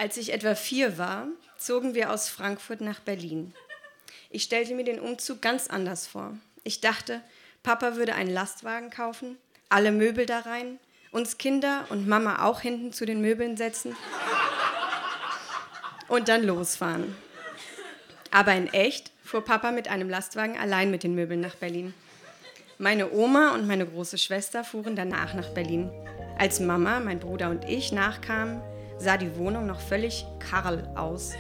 Als ich etwa 4 war, zogen wir aus Frankfurt nach Berlin. Ich stellte mir den Umzug ganz anders vor. Ich dachte, Papa würde einen Lastwagen kaufen, alle Möbel da rein, uns Kinder und Mama auch hinten zu den Möbeln setzen und dann losfahren. Aber in echt fuhr Papa mit einem Lastwagen allein mit den Möbeln nach Berlin. Meine Oma und meine große Schwester fuhren danach nach Berlin. Als Mama, mein Bruder und ich nachkamen, sah die Wohnung noch völlig kahl aus.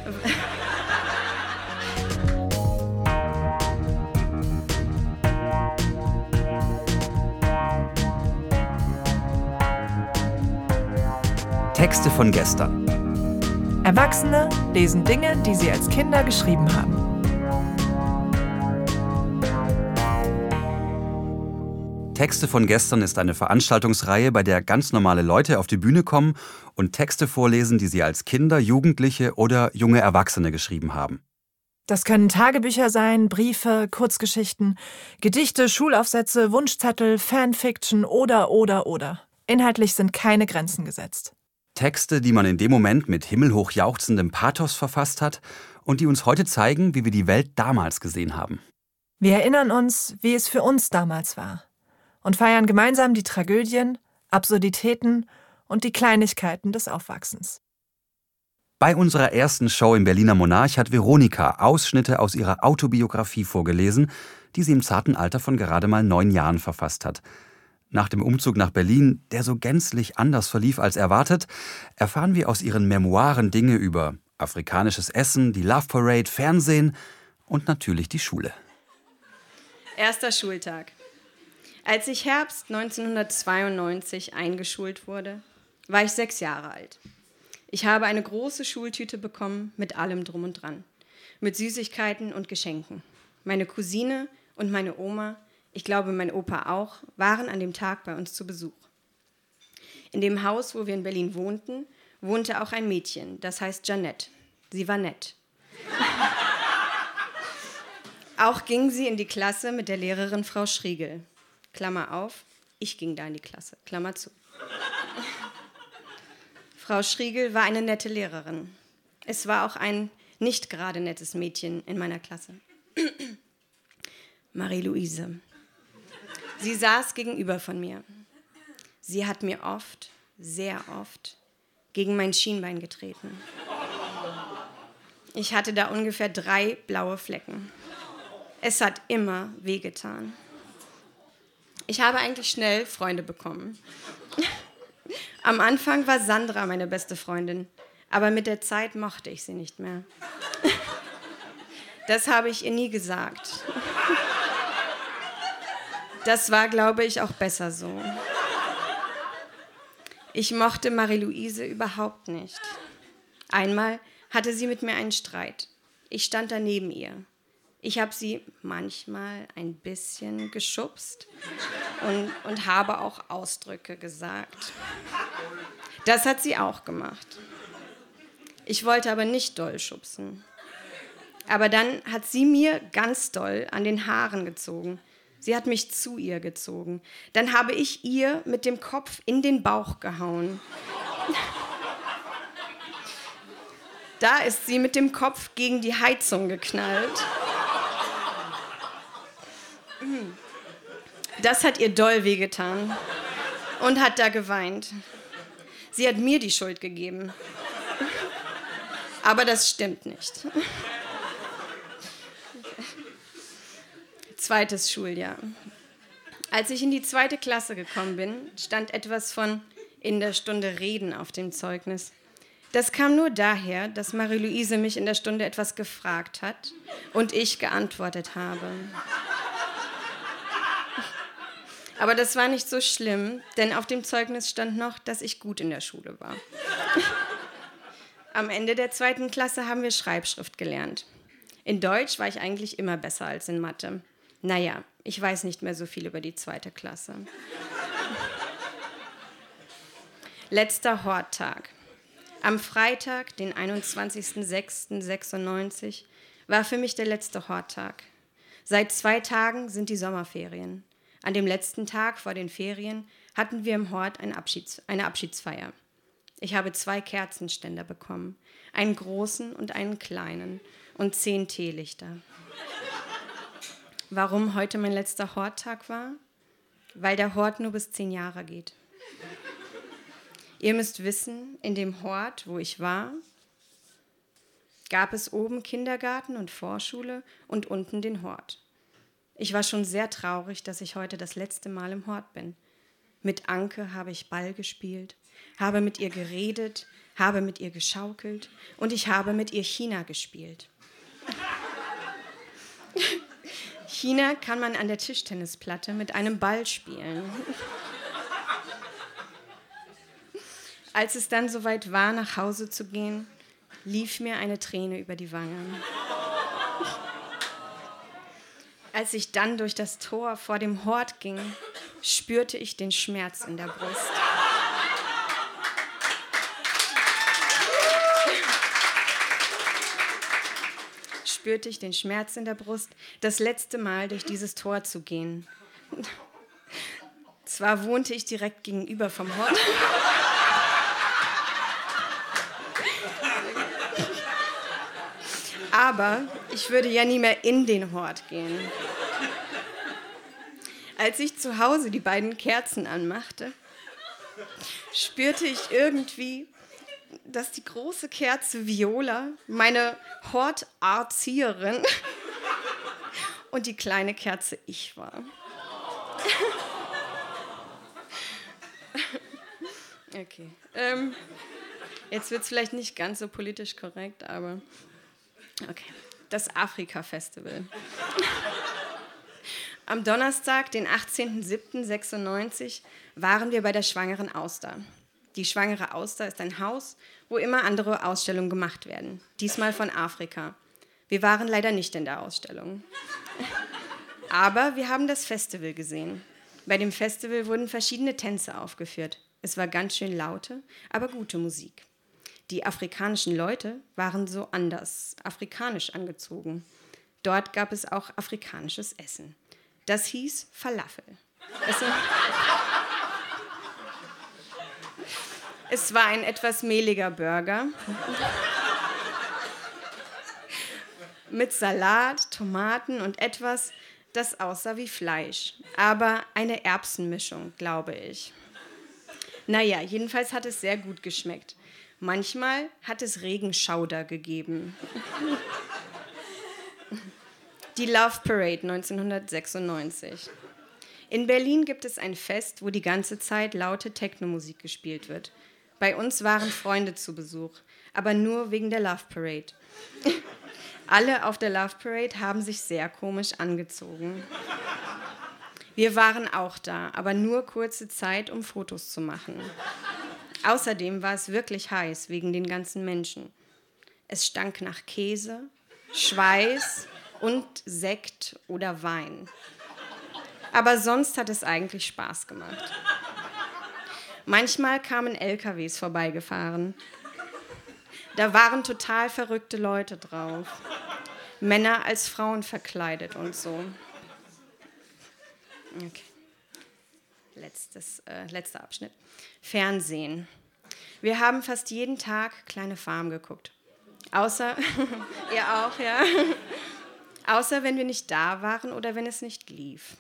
Texte von gestern. Erwachsene lesen Dinge, die sie als Kinder geschrieben haben. Texte von gestern ist eine Veranstaltungsreihe, bei der ganz normale Leute auf die Bühne kommen und Texte vorlesen, die sie als Kinder, Jugendliche oder junge Erwachsene geschrieben haben. Das können Tagebücher sein, Briefe, Kurzgeschichten, Gedichte, Schulaufsätze, Wunschzettel, Fanfiction oder. Inhaltlich sind keine Grenzen gesetzt. Texte, die man in dem Moment mit himmelhoch jauchzendem Pathos verfasst hat und die uns heute zeigen, wie wir die Welt damals gesehen haben. Wir erinnern uns, wie es für uns damals war und feiern gemeinsam die Tragödien, Absurditäten und die Kleinigkeiten des Aufwachsens. Bei unserer ersten Show im Berliner Monarch hat Veronika Ausschnitte aus ihrer Autobiografie vorgelesen, die sie im zarten Alter von gerade mal 9 Jahren verfasst hat. Nach dem Umzug nach Berlin, der so gänzlich anders verlief als erwartet, erfahren wir aus ihren Memoiren Dinge über afrikanisches Essen, die Love Parade, Fernsehen und natürlich die Schule. Erster Schultag. Als ich Herbst 1992 eingeschult wurde, war ich 6 Jahre alt. Ich habe eine große Schultüte bekommen mit allem drum und dran, mit Süßigkeiten und Geschenken. Meine Cousine und meine Oma, ich glaube mein Opa auch, waren an dem Tag bei uns zu Besuch. In dem Haus, wo wir in Berlin wohnten, wohnte auch ein Mädchen, das heißt Janette. Sie war nett. Auch ging sie in die Klasse mit der Lehrerin Frau Schriegel. Klammer auf, ich ging da in die Klasse, Klammer zu. Frau Schriegel war eine nette Lehrerin. Es war auch ein nicht gerade nettes Mädchen in meiner Klasse. Marie-Louise. Sie saß gegenüber von mir. Sie hat mir oft, sehr oft, gegen mein Schienbein getreten. Ich hatte da ungefähr 3 blaue Flecken. Es hat immer wehgetan. Ich habe eigentlich schnell Freunde bekommen. Am Anfang war Sandra meine beste Freundin, aber mit der Zeit mochte ich sie nicht mehr. Das habe ich ihr nie gesagt. Das war, glaube ich, auch besser so. Ich mochte Marie-Louise überhaupt nicht. Einmal hatte sie mit mir einen Streit. Ich stand da neben ihr. Ich habe sie manchmal ein bisschen geschubst und habe auch Ausdrücke gesagt. Das hat sie auch gemacht. Ich wollte aber nicht doll schubsen. Aber dann hat sie mir ganz doll an den Haaren gezogen. Sie hat mich zu ihr gezogen. Dann habe ich ihr mit dem Kopf in den Bauch gehauen. Da ist sie mit dem Kopf gegen die Heizung geknallt. Das hat ihr doll wehgetan und hat da geweint. Sie hat mir die Schuld gegeben. Aber das stimmt nicht. Zweites Schuljahr. Als ich in die 2. Klasse gekommen bin, stand etwas von in der Stunde reden auf dem Zeugnis. Das kam nur daher, dass Marie-Louise mich in der Stunde etwas gefragt hat und ich geantwortet habe. Aber das war nicht so schlimm, denn auf dem Zeugnis stand noch, dass ich gut in der Schule war. Am Ende der 2. Klasse haben wir Schreibschrift gelernt. In Deutsch war ich eigentlich immer besser als in Mathe. Naja, ich weiß nicht mehr so viel über die 2. Klasse. Letzter Horttag. Am Freitag, den 21.06.96, war für mich der letzte Horttag. Seit 2 Tagen sind die Sommerferien. An dem letzten Tag vor den Ferien hatten wir im Hort eine Abschiedsfeier. Ich habe 2 Kerzenständer bekommen, einen großen und einen kleinen und 10 Teelichter. Warum heute mein letzter Horttag war? Weil der Hort nur bis 10 Jahre geht. Ihr müsst wissen, in dem Hort, wo ich war, gab es oben Kindergarten und Vorschule und unten den Hort. Ich war schon sehr traurig, dass ich heute das letzte Mal im Hort bin. Mit Anke habe ich Ball gespielt, habe mit ihr geredet, habe mit ihr geschaukelt und ich habe mit ihr China gespielt. China kann man an der Tischtennisplatte mit einem Ball spielen. Als es dann soweit war, nach Hause zu gehen, lief mir eine Träne über die Wangen. Als ich dann durch das Tor vor dem Hort ging, spürte ich den Schmerz in der Brust. Spürte ich den Schmerz in der Brust, das letzte Mal durch dieses Tor zu gehen. Zwar wohnte ich direkt gegenüber vom Hort, aber ich würde ja nie mehr in den Hort gehen. Als ich zu Hause die beiden Kerzen anmachte, spürte ich irgendwie, dass die große Kerze Viola, meine Horterzieherin, und die kleine Kerze ich war. Okay. Jetzt wird es vielleicht nicht ganz so politisch korrekt, aber okay. Das Afrika-Festival. Am Donnerstag, den 18.07.96, waren wir bei der Schwangeren Auster. Die Schwangere Auster ist ein Haus, wo immer andere Ausstellungen gemacht werden. Diesmal von Afrika. Wir waren leider nicht in der Ausstellung. Aber wir haben das Festival gesehen. Bei dem Festival wurden verschiedene Tänze aufgeführt. Es war ganz schön laute, aber gute Musik. Die afrikanischen Leute waren so anders, afrikanisch angezogen. Dort gab es auch afrikanisches Essen. Das hieß Falafel. Es war ein etwas mehliger Burger mit Salat, Tomaten und etwas, das aussah wie Fleisch. Aber eine Erbsenmischung, glaube ich. Naja, jedenfalls hat es sehr gut geschmeckt. Manchmal hat es Regenschauder gegeben. Die Love Parade 1996. In Berlin gibt es ein Fest, wo die ganze Zeit laute Techno-Musik gespielt wird. Bei uns waren Freunde zu Besuch, aber nur wegen der Love Parade. Alle auf der Love Parade haben sich sehr komisch angezogen. Wir waren auch da, aber nur kurze Zeit, um Fotos zu machen. Außerdem war es wirklich heiß wegen den ganzen Menschen. Es stank nach Käse, Schweiß und Sekt oder Wein. Aber sonst hat es eigentlich Spaß gemacht. Manchmal kamen LKWs vorbeigefahren. Da waren total verrückte Leute drauf. Männer als Frauen verkleidet und so. Okay. Letzter Abschnitt. Fernsehen. Wir haben fast jeden Tag Kleine Farm geguckt. Außer, ihr auch, ja? Außer wenn wir nicht da waren oder wenn es nicht lief.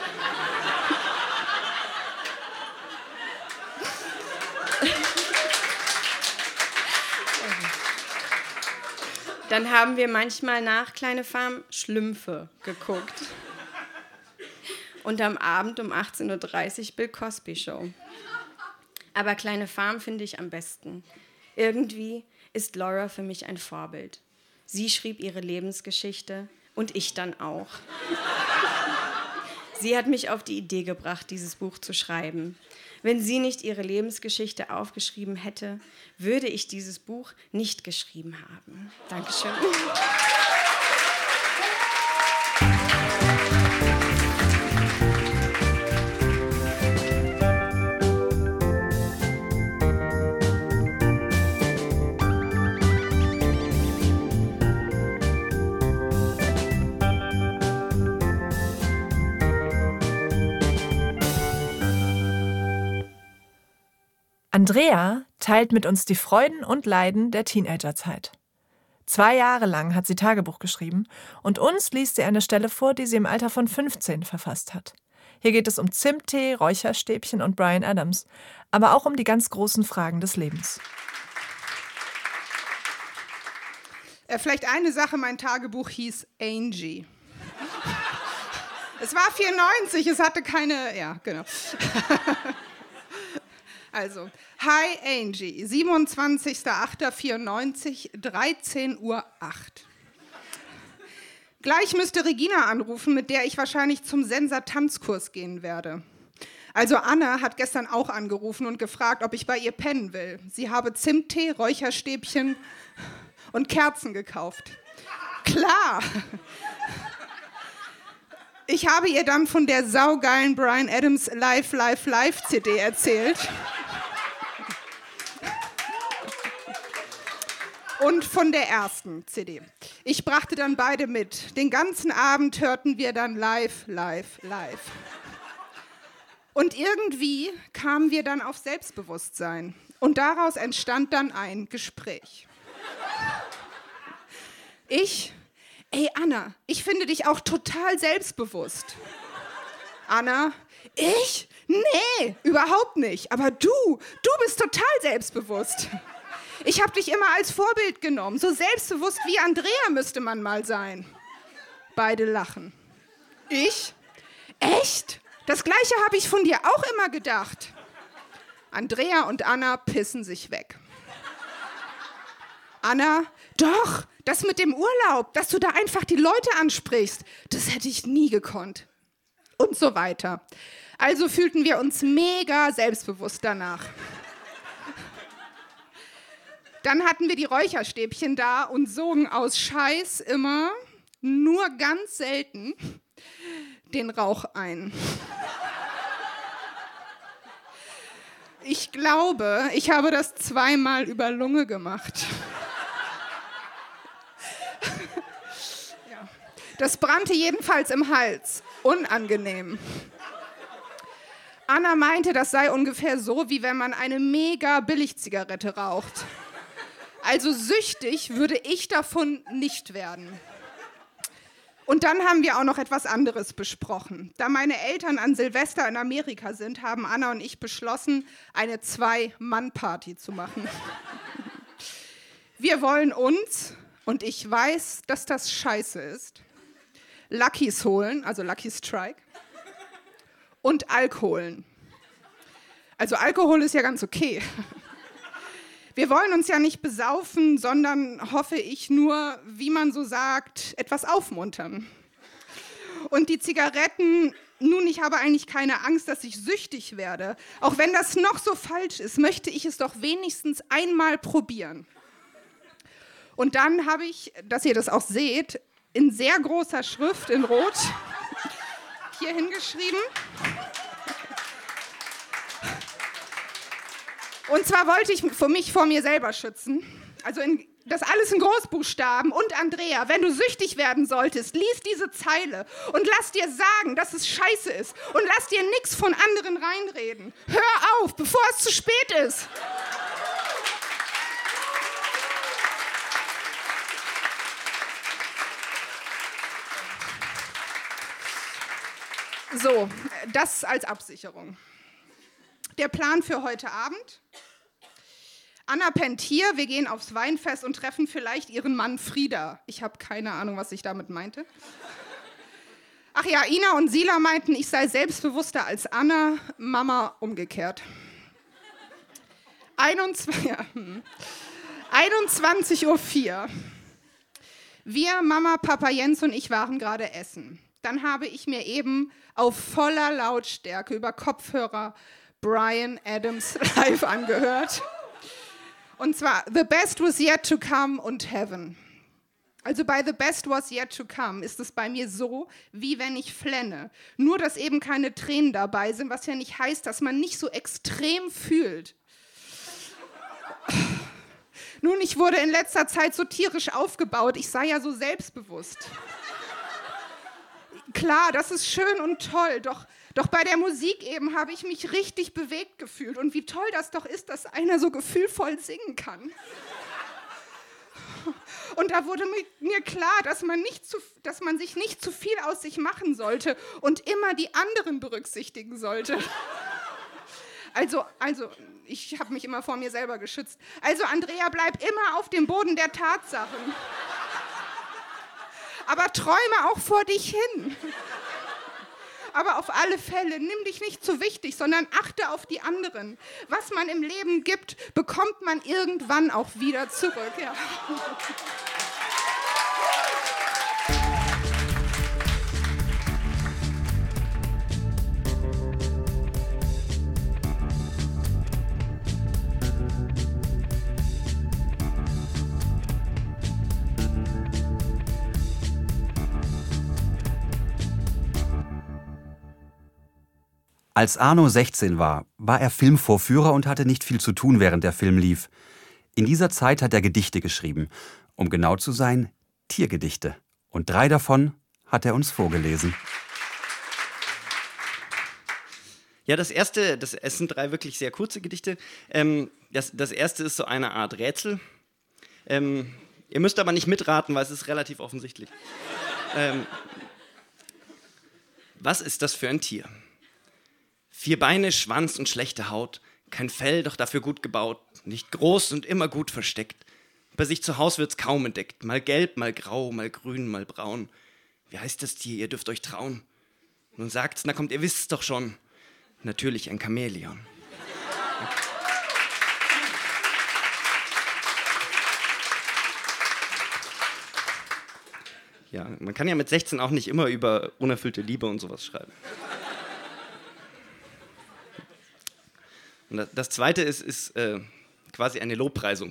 Dann haben wir manchmal nach Kleine Farm Schlümpfe geguckt. Und am Abend um 18.30 Uhr Bill Cosby Show. Aber Kleine Farm finde ich am besten. Irgendwie ist Laura für mich ein Vorbild. Sie schrieb ihre Lebensgeschichte und ich dann auch. Sie hat mich auf die Idee gebracht, dieses Buch zu schreiben. Wenn sie nicht ihre Lebensgeschichte aufgeschrieben hätte, würde ich dieses Buch nicht geschrieben haben. Dankeschön. Andrea teilt mit uns die Freuden und Leiden der Teenagerzeit. 2 Jahre lang hat sie Tagebuch geschrieben und uns liest sie eine Stelle vor, die sie im Alter von 15 verfasst hat. Hier geht es um Zimttee, Räucherstäbchen und Bryan Adams, aber auch um die ganz großen Fragen des Lebens. Vielleicht eine Sache, mein Tagebuch hieß Angie. Es war 94, es hatte keine, ja, genau. Also, hi Angie, 27.08.94, 13:08 Uhr. Gleich müsste Regina anrufen, mit der ich wahrscheinlich zum Sensa-Tanzkurs gehen werde. Also Anna hat gestern auch angerufen und gefragt, ob ich bei ihr pennen will. Sie habe Zimttee, Räucherstäbchen und Kerzen gekauft. Klar! Ich habe ihr dann von der saugeilen Bryan Adams Live, Live, Live CD erzählt. Und von der ersten CD. Ich brachte dann beide mit. Den ganzen Abend hörten wir dann live, live, live. Und irgendwie kamen wir dann auf Selbstbewusstsein. Und daraus entstand dann ein Gespräch. Ey Anna, ich finde dich auch total selbstbewusst. Anna, ich? Nee, überhaupt nicht. Aber du bist total selbstbewusst. Ich habe dich immer als Vorbild genommen. So selbstbewusst wie Andrea müsste man mal sein. Beide lachen. Ich? Echt? Das Gleiche habe ich von dir auch immer gedacht. Andrea und Anna pissen sich weg. Anna, doch, das mit dem Urlaub, dass du da einfach die Leute ansprichst, das hätte ich nie gekonnt. Und so weiter. Also fühlten wir uns mega selbstbewusst danach. Dann hatten wir die Räucherstäbchen da und sogen aus Scheiß immer, nur ganz selten, den Rauch ein. Ich glaube, ich habe das 2-mal über Lunge gemacht. Ja. Das brannte jedenfalls im Hals. Unangenehm. Anna meinte, das sei ungefähr so, wie wenn man eine mega Billigzigarette raucht. Also süchtig würde ich davon nicht werden. Und dann haben wir auch noch etwas anderes besprochen. Da meine Eltern an Silvester in Amerika sind, haben Anna und ich beschlossen, eine 2-Mann-Party zu machen. Wir wollen uns, und ich weiß, dass das scheiße ist, Luckys holen, also Lucky Strike, und Alkoholen. Also Alkohol ist ja ganz okay. Wir wollen uns ja nicht besaufen, sondern, hoffe ich, nur, wie man so sagt, etwas aufmuntern. Und die Zigaretten, nun, ich habe eigentlich keine Angst, dass ich süchtig werde. Auch wenn das noch so falsch ist, möchte ich es doch wenigstens einmal probieren. Und dann habe ich, dass ihr das auch seht, in sehr großer Schrift in Rot hier hingeschrieben. Und zwar wollte ich mich vor mir selber schützen. Also das alles in Großbuchstaben. Und Andrea, wenn du süchtig werden solltest, lies diese Zeile und lass dir sagen, dass es scheiße ist. Und lass dir nichts von anderen reinreden. Hör auf, bevor es zu spät ist. So, das als Absicherung. Der Plan für heute Abend. Anna pennt hier, wir gehen aufs Weinfest und treffen vielleicht ihren Mann Frieda. Ich habe keine Ahnung, was ich damit meinte. Ach ja, Ina und Sila meinten, ich sei selbstbewusster als Anna, Mama umgekehrt. 21:04 Uhr. Wir, Mama, Papa Jens und ich waren gerade essen. Dann habe ich mir eben auf voller Lautstärke über Kopfhörer Bryan Adams live angehört. Und zwar The Best Was Yet to Come und Heaven. Also bei The Best Was Yet to Come ist es bei mir so, wie wenn ich flenne. Nur, dass eben keine Tränen dabei sind, was ja nicht heißt, dass man nicht so extrem fühlt. Nun, ich wurde in letzter Zeit so tierisch aufgebaut, ich sei ja so selbstbewusst. Klar, das ist schön und toll, doch Doch bei der Musik eben habe ich mich richtig bewegt gefühlt. Und wie toll das doch ist, dass einer so gefühlvoll singen kann. Und da wurde mir klar, dass man sich nicht zu viel aus sich machen sollte und immer die anderen berücksichtigen sollte. Also, ich habe mich immer vor mir selber geschützt. Also, Andrea, bleib immer auf dem Boden der Tatsachen. Aber träume auch vor dich hin. Aber auf alle Fälle, nimm dich nicht zu wichtig, sondern achte auf die anderen. Was man im Leben gibt, bekommt man irgendwann auch wieder zurück. Ja. Als Arno 16 war, war er Filmvorführer und hatte nicht viel zu tun, während der Film lief. In dieser Zeit hat er Gedichte geschrieben. Um genau zu sein, Tiergedichte. Und 3 davon hat er uns vorgelesen. Ja, es sind 3 wirklich sehr kurze Gedichte. Das erste ist so eine Art Rätsel. Ihr müsst aber nicht mitraten, weil es ist relativ offensichtlich. Was ist das für ein Tier? 4 Beine, Schwanz und schlechte Haut, kein Fell, doch dafür gut gebaut, nicht groß und immer gut versteckt. Bei sich zu Haus wird's kaum entdeckt, mal gelb, mal grau, mal grün, mal braun. Wie heißt das Tier, ihr dürft euch trauen? Nun sagt's, na kommt, ihr wisst's doch schon. Natürlich ein Chamäleon. Ja, man kann ja mit 16 auch nicht immer über unerfüllte Liebe und sowas schreiben. Und das zweite ist quasi eine Lobpreisung.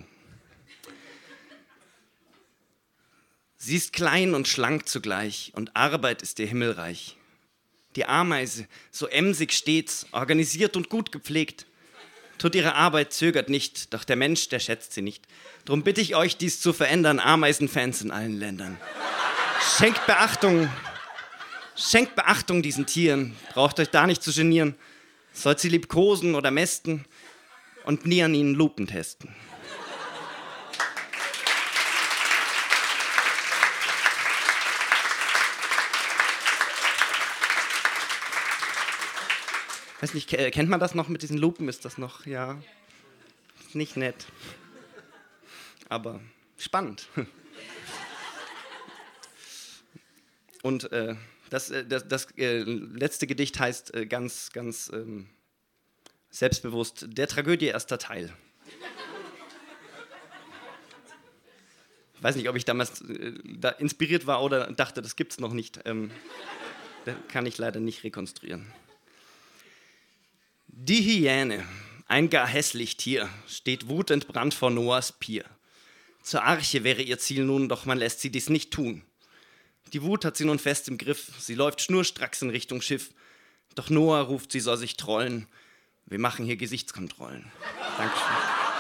Sie ist klein und schlank zugleich und Arbeit ist ihr himmelreich. Die Ameise, so emsig stets, organisiert und gut gepflegt, tut ihre Arbeit, zögert nicht, doch der Mensch, der schätzt sie nicht. Drum bitte ich euch, dies zu verändern, Ameisenfans in allen Ländern. Schenkt Beachtung diesen Tieren, braucht euch da nicht zu genieren. Sollt sie liebkosen oder mästen und nie an ihnen Lupen testen. Weiß nicht, kennt man das noch mit diesen Lupen? Ist das noch, ja, ist nicht nett, aber spannend. Und das letzte Gedicht heißt ganz selbstbewusst, der Tragödie erster Teil. Ich weiß nicht, ob ich damals da inspiriert war oder dachte, das gibt's noch nicht. Das kann ich leider nicht rekonstruieren. Die Hyäne, ein gar hässlich Tier, steht wutentbrannt vor Noahs Pier. Zur Arche wäre ihr Ziel nun, doch man lässt sie dies nicht tun. Die Wut hat sie nun fest im Griff, sie läuft schnurstracks in Richtung Schiff. Doch Noah ruft, sie soll sich trollen. Wir machen hier Gesichtskontrollen. Dankeschön.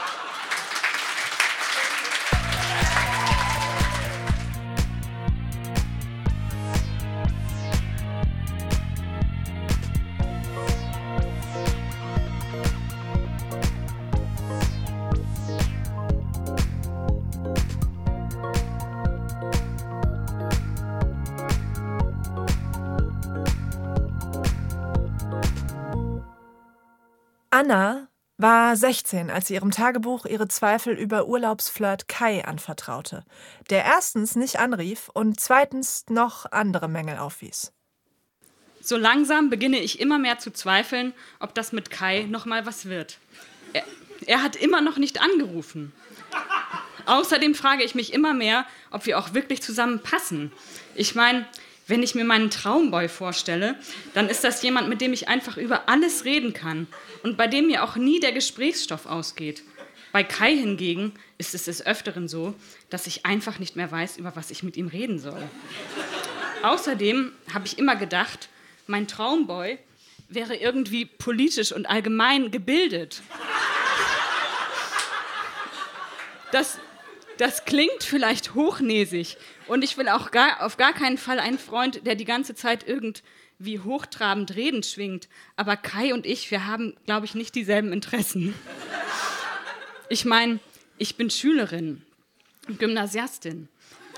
Anna war 16, als sie ihrem Tagebuch ihre Zweifel über Urlaubsflirt Kai anvertraute, der erstens nicht anrief und zweitens noch andere Mängel aufwies. So langsam beginne ich immer mehr zu zweifeln, ob das mit Kai noch mal was wird. Er hat immer noch nicht angerufen. Außerdem frage ich mich immer mehr, ob wir auch wirklich zusammen passen. Ich meine, wenn ich mir meinen Traumboy vorstelle, dann ist das jemand, mit dem ich einfach über alles reden kann und bei dem mir auch nie der Gesprächsstoff ausgeht. Bei Kai hingegen ist es des Öfteren so, dass ich einfach nicht mehr weiß, über was ich mit ihm reden soll. Außerdem habe ich immer gedacht, mein Traumboy wäre irgendwie politisch und allgemein gebildet. Das klingt vielleicht hochnäsig und ich will auch auf gar keinen Fall einen Freund, der die ganze Zeit wie hochtrabend Reden schwingt. Aber Kai und ich, wir haben, glaube ich, nicht dieselben Interessen. Ich meine, ich bin Schülerin, Gymnasiastin.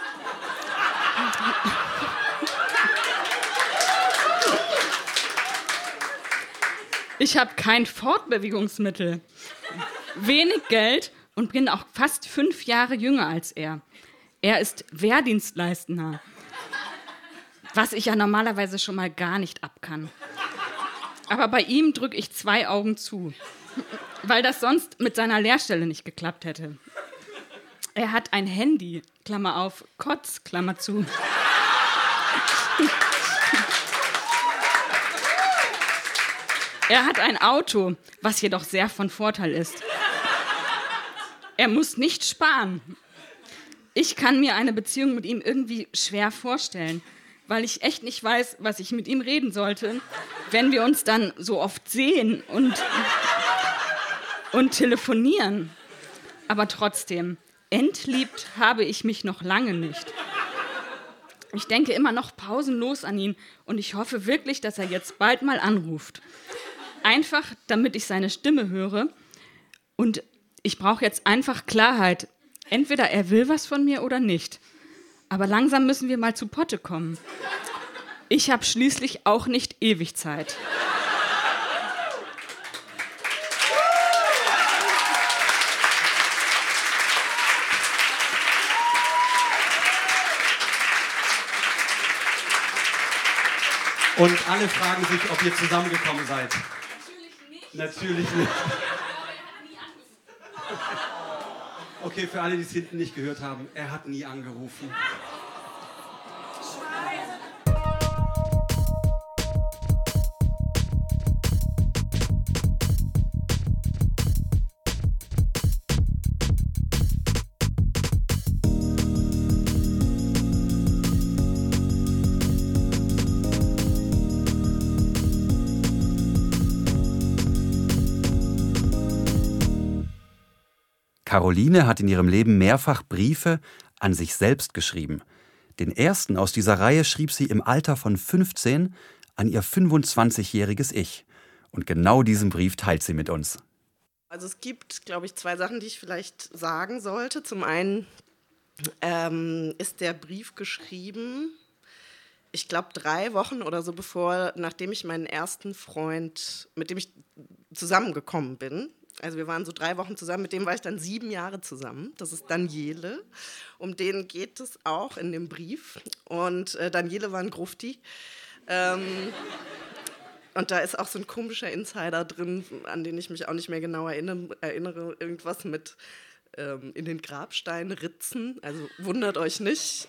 Ich habe kein Fortbewegungsmittel, wenig Geld und bin auch fast 5 Jahre jünger als er. Er ist Wehrdienstleistender, was ich ja normalerweise schon mal gar nicht ab kann. Aber bei ihm drücke ich 2 Augen zu, weil das sonst mit seiner Lehrstelle nicht geklappt hätte. Er hat ein Handy, Klammer auf, Kotz, Klammer zu. Er hat ein Auto, was jedoch sehr von Vorteil ist. Er muss nicht sparen. Ich kann mir eine Beziehung mit ihm irgendwie schwer vorstellen, weil ich echt nicht weiß, was ich mit ihm reden sollte, wenn wir uns dann so oft sehen und telefonieren. Aber trotzdem, entliebt habe ich mich noch lange nicht. Ich denke immer noch pausenlos an ihn und ich hoffe wirklich, dass er jetzt bald mal anruft. Einfach, damit ich seine Stimme höre. Und ich brauche jetzt einfach Klarheit. Entweder er will was von mir oder nicht. Aber langsam müssen wir mal zu Potte kommen. Ich habe schließlich auch nicht ewig Zeit. Und alle fragen sich, ob ihr zusammengekommen seid. Natürlich nicht. Okay, für alle, die es hinten nicht gehört haben, er hat nie angerufen. Caroline hat in ihrem Leben mehrfach Briefe an sich selbst geschrieben. Den ersten aus dieser Reihe schrieb sie im Alter von 15 an ihr 25-jähriges Ich. Und genau diesen Brief teilt sie mit uns. Also es gibt, glaube ich, 2 Sachen, die ich vielleicht sagen sollte. Zum einen ist der Brief geschrieben, ich glaube 3 Wochen oder so nachdem ich meinen ersten Freund, mit dem ich zusammengekommen bin. Also wir waren so 3 Wochen zusammen, mit dem war ich dann 7 Jahre zusammen. Das ist Daniele, um den geht es auch in dem Brief. Und Daniele war ein Grufti. Und da ist auch so ein komischer Insider drin, an den ich mich auch nicht mehr genau erinnere. Irgendwas mit in den Grabstein ritzen, also wundert euch nicht.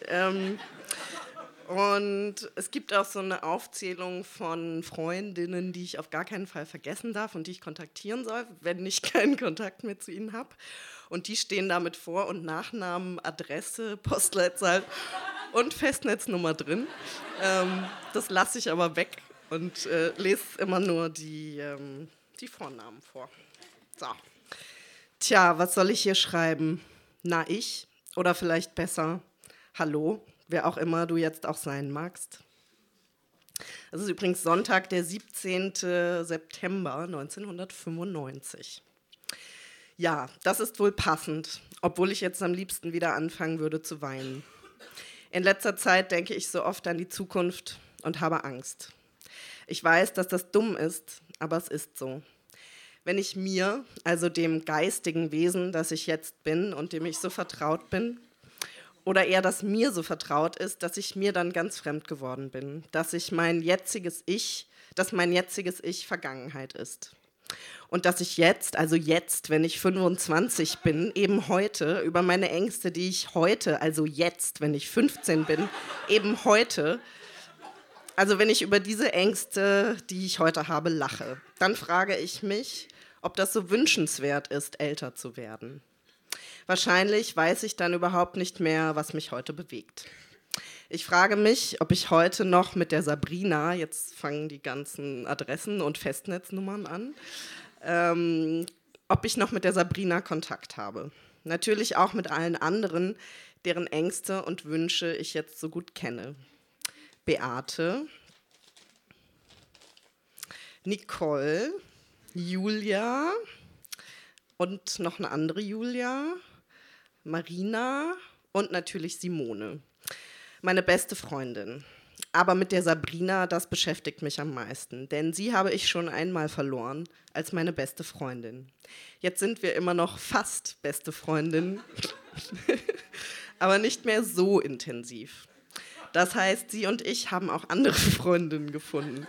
Und es gibt auch so eine Aufzählung von Freundinnen, die ich auf gar keinen Fall vergessen darf und die ich kontaktieren soll, wenn ich keinen Kontakt mehr zu ihnen habe. Und die stehen da mit Vor- und Nachnamen, Adresse, Postleitzahl und Festnetznummer drin. Das lasse ich aber weg und lese immer nur die Vornamen vor. So. Tja, was soll ich hier schreiben? Na, ich? Oder vielleicht besser, hallo? Wer auch immer du jetzt auch sein magst. Das ist übrigens Sonntag, der 17. September 1995. Ja, das ist wohl passend, obwohl ich jetzt am liebsten wieder anfangen würde zu weinen. In letzter Zeit denke ich so oft an die Zukunft und habe Angst. Ich weiß, dass das dumm ist, aber es ist so. Wenn ich mir, also dem geistigen Wesen, das ich jetzt bin und dem ich so vertraut bin, oder eher, dass mir so vertraut ist, dass ich mir dann ganz fremd geworden bin, dass mein jetziges Ich Vergangenheit ist. Und dass ich jetzt, wenn ich 25 bin, eben heute, über meine Ängste, die ich heute, also jetzt, wenn ich 15 bin, eben heute, also wenn ich über diese Ängste, die ich heute habe, lache, dann frage ich mich, ob das so wünschenswert ist, älter zu werden. Wahrscheinlich weiß ich dann überhaupt nicht mehr, was mich heute bewegt. Ich frage mich, ob ich heute noch mit der Sabrina, jetzt fangen die ganzen Adressen und Festnetznummern an, ob ich noch mit der Sabrina Kontakt habe. Natürlich auch mit allen anderen, deren Ängste und Wünsche ich jetzt so gut kenne. Beate, Nicole, Julia und noch eine andere Julia, Marina und natürlich Simone. Meine beste Freundin. Aber mit der Sabrina, das beschäftigt mich am meisten, denn sie habe ich schon einmal verloren als meine beste Freundin. Jetzt sind wir immer noch fast beste Freundinnen, aber nicht mehr so intensiv. Das heißt, sie und ich haben auch andere Freundinnen gefunden.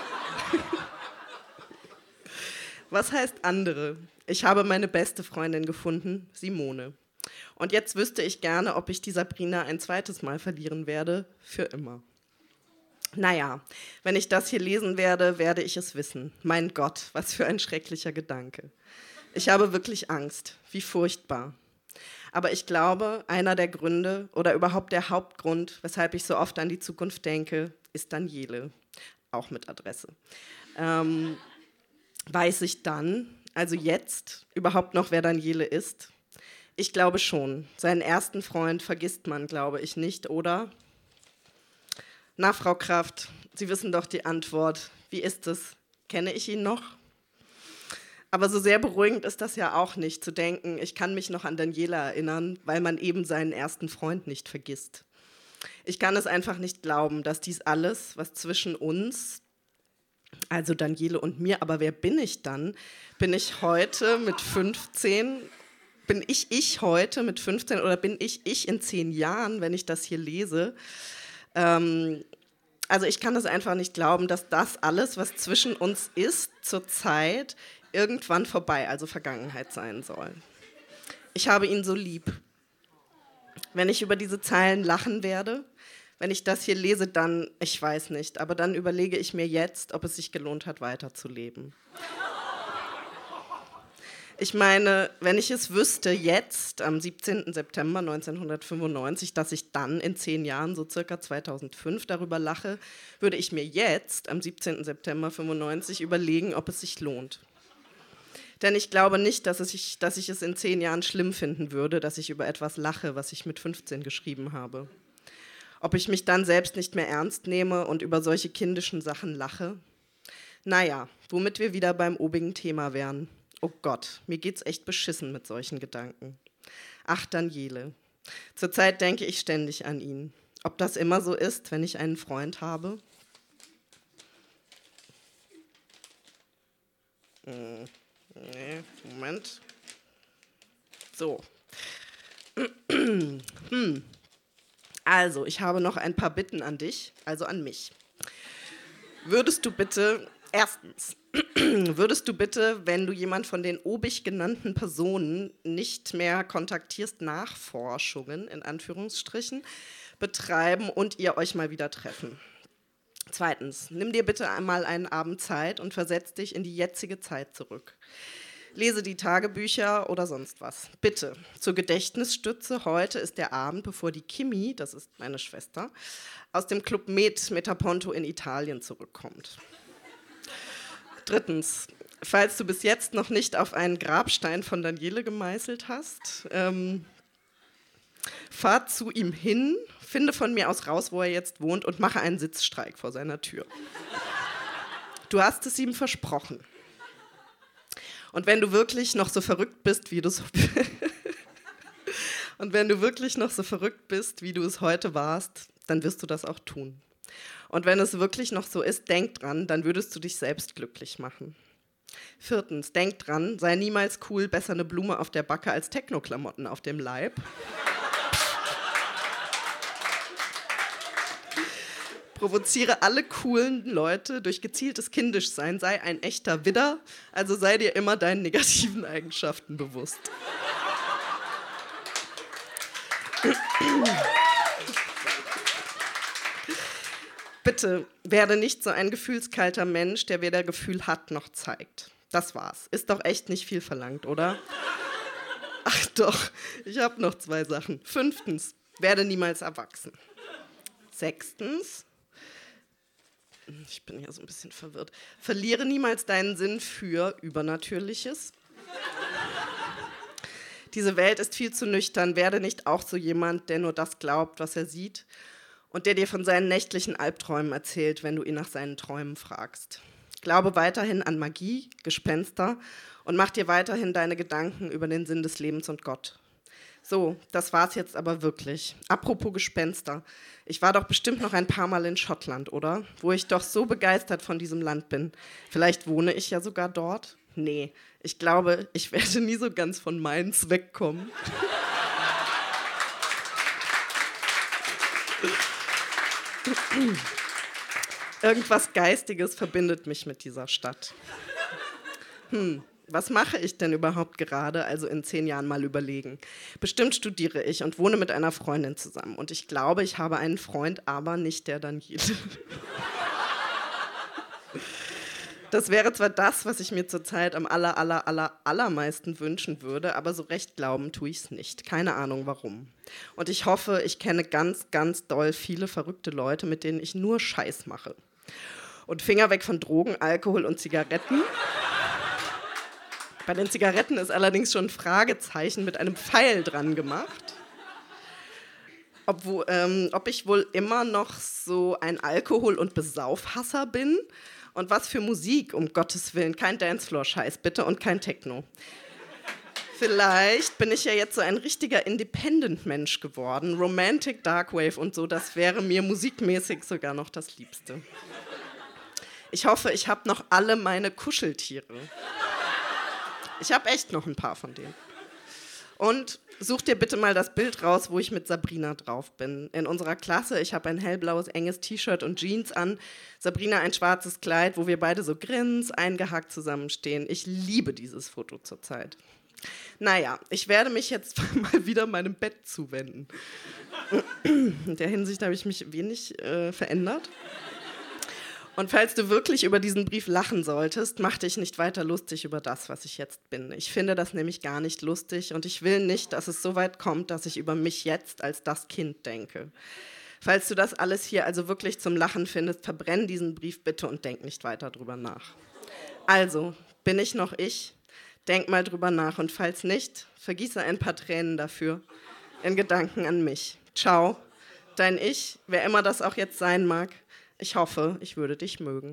Was heißt andere? Ich habe meine beste Freundin gefunden, Simone. Und jetzt wüsste ich gerne, ob ich die Sabrina ein zweites Mal verlieren werde, für immer. Naja, wenn ich das hier lesen werde, werde ich es wissen. Mein Gott, was für ein schrecklicher Gedanke. Ich habe wirklich Angst, wie furchtbar. Aber ich glaube, einer der Gründe oder überhaupt der Hauptgrund, weshalb ich so oft an die Zukunft denke, ist Daniele, auch mit Adresse. Weiß ich dann, also jetzt, überhaupt noch, wer Daniele ist? Ich glaube schon. Seinen ersten Freund vergisst man, glaube ich, nicht, oder? Na, Frau Kraft, Sie wissen doch die Antwort. Wie ist es? Kenne ich ihn noch? Aber so sehr beruhigend ist das ja auch nicht, zu denken, ich kann mich noch an Daniela erinnern, weil man eben seinen ersten Freund nicht vergisst. Ich kann es einfach nicht glauben, dass dies alles, was zwischen uns, also Daniele und mir, aber wer bin ich dann? Bin ich heute mit 15? Bin ich heute mit 15 oder bin ich in 10 Jahren, wenn ich das hier lese? Also ich kann es einfach nicht glauben, dass das alles, was zwischen uns ist, zurzeit irgendwann vorbei, also Vergangenheit sein soll. Ich habe ihn so lieb. Wenn ich über diese Zeilen lachen werde, wenn ich das hier lese, dann, ich weiß nicht, aber dann überlege ich mir jetzt, ob es sich gelohnt hat, weiterzuleben. Ich meine, wenn ich es wüsste, jetzt, am 17. September 1995, dass ich dann in 10 Jahren, so circa 2005, darüber lache, würde ich mir jetzt, am 17. September 1995, überlegen, ob es sich lohnt. Denn ich glaube nicht, dass ich es in 10 Jahren schlimm finden würde, dass ich über etwas lache, was ich mit 15 geschrieben habe. Ob ich mich dann selbst nicht mehr ernst nehme und über solche kindischen Sachen lache? Naja, womit wir wieder beim obigen Thema wären. Oh Gott, mir geht's echt beschissen mit solchen Gedanken. Ach, Daniele. Zurzeit denke ich ständig an ihn. Ob das immer so ist, wenn ich einen Freund habe? Nee, Moment. So. Also, ich habe noch ein paar Bitten an dich, also an mich. Würdest du bitte, wenn du jemand von den obig genannten Personen nicht mehr kontaktierst, Nachforschungen, in Anführungsstrichen, betreiben und ihr euch mal wieder treffen? 2. Nimm dir bitte einmal einen Abend Zeit und versetz dich in die jetzige Zeit zurück. Lese die Tagebücher oder sonst was. Bitte, zur Gedächtnisstütze, heute ist der Abend, bevor die Kimi, das ist meine Schwester, aus dem Club Metaponto in Italien zurückkommt. 3. Falls du bis jetzt noch nicht auf einen Grabstein von Daniele gemeißelt hast, fahr zu ihm hin, finde von mir aus raus, wo er jetzt wohnt und mache einen Sitzstreik vor seiner Tür. Du hast es ihm versprochen. Und wenn du wirklich noch so verrückt bist, wie du es heute warst, dann wirst du das auch tun. Und wenn es wirklich noch so ist, denk dran, dann würdest du dich selbst glücklich machen. 4. Denk dran, sei niemals cool, besser eine Blume auf der Backe als Techno-Klamotten auf dem Leib. Provoziere alle coolen Leute durch gezieltes Kindischsein, sei ein echter Widder, also sei dir immer deinen negativen Eigenschaften bewusst. Bitte werde nicht so ein gefühlskalter Mensch, der weder Gefühl hat noch zeigt. Das war's. Ist doch echt nicht viel verlangt, oder? Ach doch, ich habe noch 2 Sachen. 5. Werde niemals erwachsen. 6. Ich bin ja so ein bisschen verwirrt. Verliere niemals deinen Sinn für Übernatürliches. Diese Welt ist viel zu nüchtern. Werde nicht auch so jemand, der nur das glaubt, was er sieht und der dir von seinen nächtlichen Albträumen erzählt, wenn du ihn nach seinen Träumen fragst. Glaube weiterhin an Magie, Gespenster und mach dir weiterhin deine Gedanken über den Sinn des Lebens und Gott. So, das war's jetzt aber wirklich. Apropos Gespenster. Ich war doch bestimmt noch ein paar Mal in Schottland, oder? Wo ich doch so begeistert von diesem Land bin. Vielleicht wohne ich ja sogar dort? Nee, ich glaube, ich werde nie so ganz von Mainz wegkommen. Irgendwas Geistiges verbindet mich mit dieser Stadt. Was mache ich denn überhaupt gerade? Also in 10 Jahren mal überlegen. Bestimmt studiere ich und wohne mit einer Freundin zusammen. Und ich glaube, ich habe einen Freund, aber nicht der Daniel. Das wäre zwar das, was ich mir zurzeit am allermeisten wünschen würde, aber so recht glauben tue ich es nicht. Keine Ahnung warum. Und ich hoffe, ich kenne ganz, ganz doll viele verrückte Leute, mit denen ich nur Scheiß mache. Und Finger weg von Drogen, Alkohol und Zigaretten. Bei den Zigaretten ist allerdings schon ein Fragezeichen mit einem Pfeil dran gemacht. Ob ich wohl immer noch so ein Alkohol- und Besaufhasser bin. Und was für Musik, um Gottes Willen. Kein Dancefloor-Scheiß, bitte, und kein Techno. Vielleicht bin ich ja jetzt so ein richtiger Independent-Mensch geworden. Romantic, Darkwave und so, das wäre mir musikmäßig sogar noch das Liebste. Ich hoffe, ich habe noch alle meine Kuscheltiere. Ich habe echt noch ein paar von denen. Und such dir bitte mal das Bild raus, wo ich mit Sabrina drauf bin. In unserer Klasse, ich habe ein hellblaues, enges T-Shirt und Jeans an. Sabrina ein schwarzes Kleid, wo wir beide so eingehakt zusammenstehen. Ich liebe dieses Foto zurzeit. Naja, ich werde mich jetzt mal wieder meinem Bett zuwenden. In der Hinsicht habe ich mich wenig verändert. Und falls du wirklich über diesen Brief lachen solltest, mach dich nicht weiter lustig über das, was ich jetzt bin. Ich finde das nämlich gar nicht lustig und ich will nicht, dass es so weit kommt, dass ich über mich jetzt als das Kind denke. Falls du das alles hier also wirklich zum Lachen findest, verbrenn diesen Brief bitte und denk nicht weiter drüber nach. Also, bin ich noch ich? Denk mal drüber nach und falls nicht, vergieße ein paar Tränen dafür in Gedanken an mich. Ciao, dein Ich, wer immer das auch jetzt sein mag. Ich hoffe, ich würde dich mögen.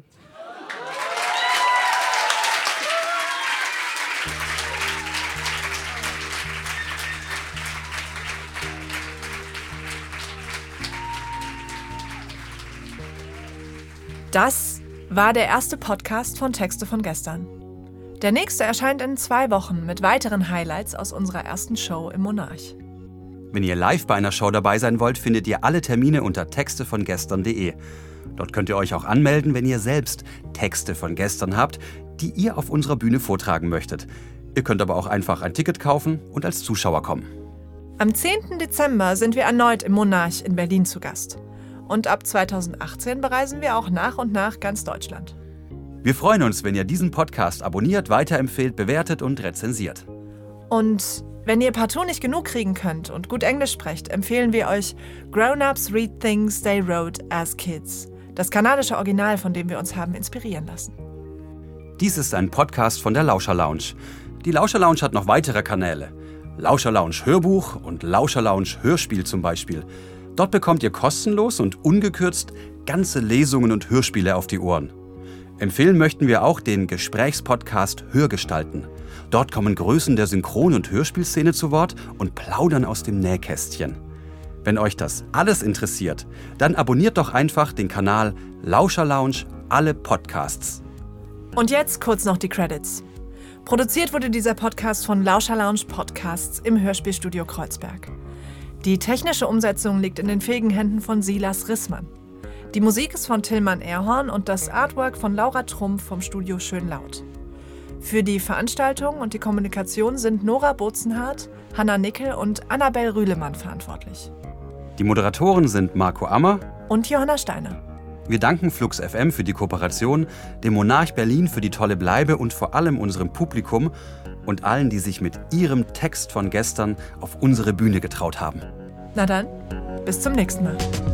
Das war der erste Podcast von Texte von gestern. Der nächste erscheint in 2 Wochen mit weiteren Highlights aus unserer ersten Show im Monarch. Wenn ihr live bei einer Show dabei sein wollt, findet ihr alle Termine unter textevongestern.de. Dort könnt ihr euch auch anmelden, wenn ihr selbst Texte von gestern habt, die ihr auf unserer Bühne vortragen möchtet. Ihr könnt aber auch einfach ein Ticket kaufen und als Zuschauer kommen. Am 10. Dezember sind wir erneut im Monarch in Berlin zu Gast. Und ab 2018 bereisen wir auch nach und nach ganz Deutschland. Wir freuen uns, wenn ihr diesen Podcast abonniert, weiterempfehlt, bewertet und rezensiert. Und wenn ihr partout nicht genug kriegen könnt und gut Englisch sprecht, empfehlen wir euch Grown-Ups Read Things They Wrote as Kids. Das kanadische Original, von dem wir uns haben inspirieren lassen. Dies ist ein Podcast von der Lauscher Lounge. Die Lauscher Lounge hat noch weitere Kanäle. Lauscher Lounge Hörbuch und Lauscher Lounge Hörspiel zum Beispiel. Dort bekommt ihr kostenlos und ungekürzt ganze Lesungen und Hörspiele auf die Ohren. Empfehlen möchten wir auch den Gesprächspodcast Hörgestalten. Dort kommen Größen der Synchron- und Hörspielszene zu Wort und plaudern aus dem Nähkästchen. Wenn euch das alles interessiert, dann abonniert doch einfach den Kanal Lauscher Lounge alle Podcasts. Und jetzt kurz noch die Credits. Produziert wurde dieser Podcast von Lauscher Lounge Podcasts im Hörspielstudio Kreuzberg. Die technische Umsetzung liegt in den fähigen Händen von Silas Rissmann. Die Musik ist von Tillmann Erhorn und das Artwork von Laura Trumpf vom Studio Schönlaut. Für die Veranstaltung und die Kommunikation sind Nora Bozenhardt, Hanna Nickel und Annabel Rühlemann verantwortlich. Die Moderatoren sind Marco Ammer Und Johanna Steiner. Wir danken Flux FM für die Kooperation, dem Monarch Berlin für die tolle Bleibe und vor allem unserem Publikum und allen, die sich mit ihrem Text von gestern auf unsere Bühne getraut haben. Na dann, bis zum nächsten Mal.